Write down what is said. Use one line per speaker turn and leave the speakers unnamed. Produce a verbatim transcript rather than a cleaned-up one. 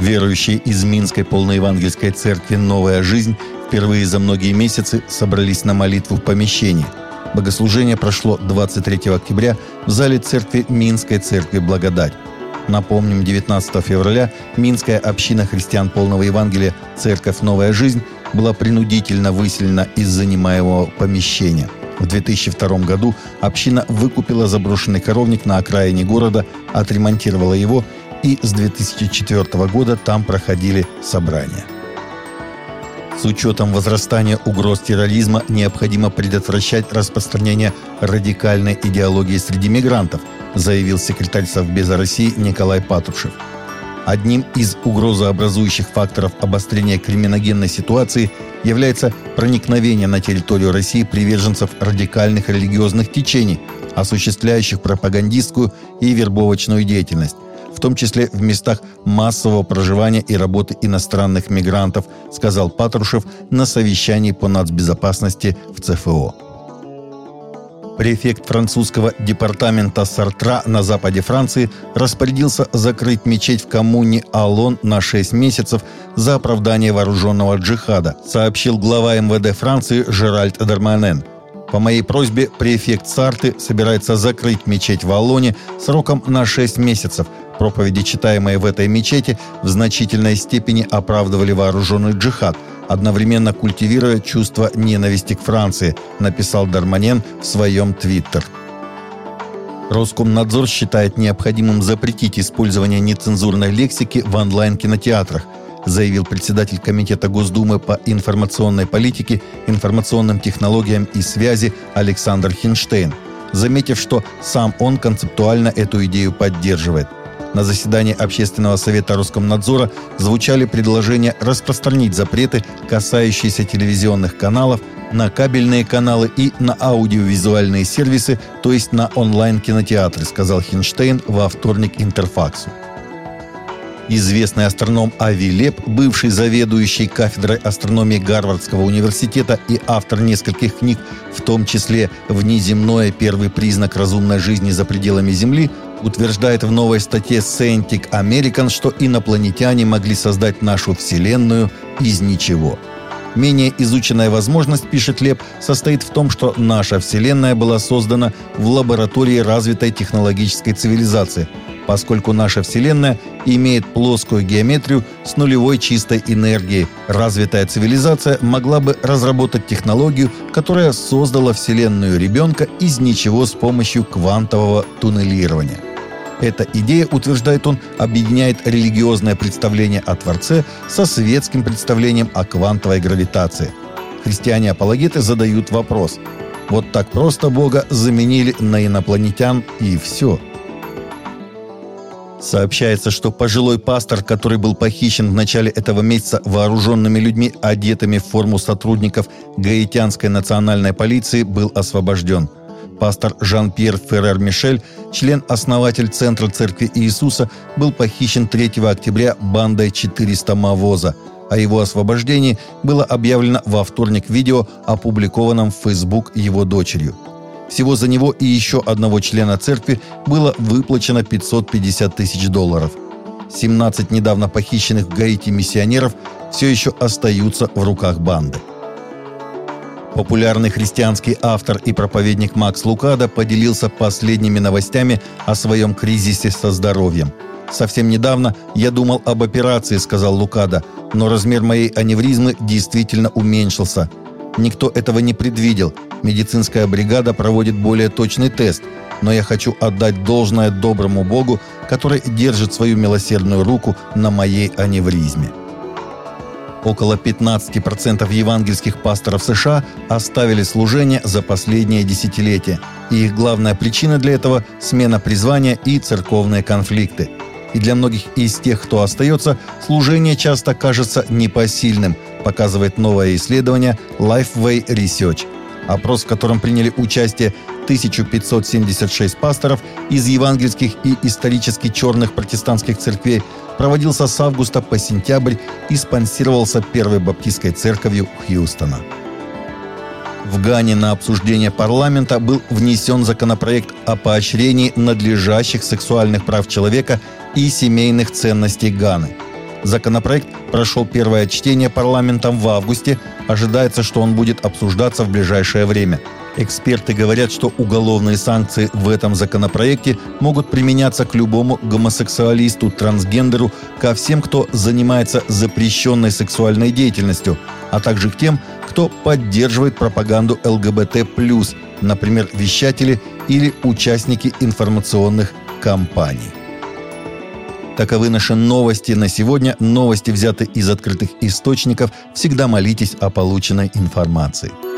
Верующие из Минской полноевангельской церкви «Новая жизнь» впервые за многие месяцы собрались на молитву в помещении. Богослужение прошло двадцать третьего октября в зале церкви Минской церкви «Благодать». Напомним, девятнадцатого февраля Минская община христиан полного Евангелия «Церковь Новая жизнь» была принудительно выселена из занимаемого помещения. В две тысячи втором году община выкупила заброшенный коровник на окраине города, отремонтировала его, и с две тысячи четвёртого года там проходили собрания. С учетом возрастания угроз терроризма необходимо предотвращать распространение радикальной идеологии среди мигрантов, заявил секретарь Совбеза России Николай Патрушев. Одним из угрозообразующих факторов обострения криминогенной ситуации является проникновение на территорию России приверженцев радикальных религиозных течений, осуществляющих пропагандистскую и вербовочную деятельность, в том числе в местах массового проживания и работы иностранных мигрантов, сказал Патрушев на совещании по нацбезопасности в ЦФО. Префект французского департамента Сартра на западе Франции распорядился закрыть мечеть в коммуне Алон на шесть месяцев за оправдание вооруженного джихада, сообщил глава эм вэ дэ Франции Жеральд Дарманен. По моей просьбе префект Сарты собирается закрыть мечеть в Алоне сроком на шесть месяцев. Проповеди, читаемые в этой мечети, в значительной степени оправдывали вооруженный джихад, одновременно культивируя чувство ненависти к Франции, написал Дарманен в своем твиттер. Роскомнадзор считает необходимым запретить использование нецензурной лексики в онлайн-кинотеатрах, заявил председатель Комитета Госдумы по информационной политике, информационным технологиям и связи Александр Хинштейн, заметив, что сам он концептуально эту идею поддерживает. На заседании Общественного совета Роскомнадзора звучали предложения распространить запреты, касающиеся телевизионных каналов, на кабельные каналы и на аудиовизуальные сервисы, то есть на онлайн-кинотеатры, сказал Хинштейн во вторник Интерфаксу. Известный астроном Ави Леб, бывший заведующий кафедрой астрономии Гарвардского университета и автор нескольких книг, в том числе «Внеземное. Первый признак разумной жизни за пределами Земли», утверждает в новой статье Scientific American, что инопланетяне могли создать нашу Вселенную из ничего. Менее изученная возможность, пишет Леб, состоит в том, что наша Вселенная была создана в лаборатории развитой технологической цивилизации, поскольку наша Вселенная имеет плоскую геометрию с нулевой чистой энергией. Развитая цивилизация могла бы разработать технологию, которая создала Вселенную ребенка из ничего с помощью квантового туннелирования. Эта идея, утверждает он, объединяет религиозное представление о Творце со светским представлением о квантовой гравитации. Христиане-апологеты задают вопрос: вот так просто Бога заменили на инопланетян и все? Сообщается, что пожилой пастор, который был похищен в начале этого месяца вооруженными людьми, одетыми в форму сотрудников гаитянской национальной полиции, был освобожден. Пастор Жан-Пьер Феррер-Мишель, член-основатель Центра Церкви Иисуса, был похищен третьего октября бандой четыреста Мавоза. О его освобождении было объявлено во вторник в видео, опубликованном в Facebook его дочерью. Всего за него и еще одного члена церкви было выплачено пятьсот пятьдесят тысяч долларов. семнадцать недавно похищенных в Гаити миссионеров все еще остаются в руках банды. Популярный христианский автор и проповедник Макс Лукадо поделился последними новостями о своем кризисе со здоровьем. «Совсем недавно я думал об операции», — сказал Лукадо, «но размер моей аневризмы действительно уменьшился. Никто этого не предвидел. Медицинская бригада проводит более точный тест, но я хочу отдать должное доброму Богу, который держит свою милосердную руку на моей аневризме». Около пятнадцать процентов евангельских пасторов США оставили служение за последние десятилетия, и их главная причина для этого – смена призвания и церковные конфликты. И для многих из тех, кто остается, служение часто кажется непосильным, показывает новое исследование Lifeway Research. Опрос, в котором приняли участие тысяча пятьсот семьдесят шесть пасторов из евангельских и исторически черных протестантских церквей, проводился с августа по сентябрь и спонсировался Первой баптистской церковью Хьюстона. В Гане на обсуждение парламента был внесен законопроект о поощрении надлежащих сексуальных прав человека и семейных ценностей Ганы. Законопроект прошел первое чтение парламентом в августе. Ожидается, что он будет обсуждаться в ближайшее время. Эксперты говорят, что уголовные санкции в этом законопроекте могут применяться к любому гомосексуалисту, трансгендеру, ко всем, кто занимается запрещенной сексуальной деятельностью, а также к тем, кто поддерживает пропаганду эл гэ бэ тэ плюс, например, вещатели или участники информационных кампаний. Таковы наши новости на сегодня. Новости взяты из открытых источников. Всегда молитесь о полученной информации.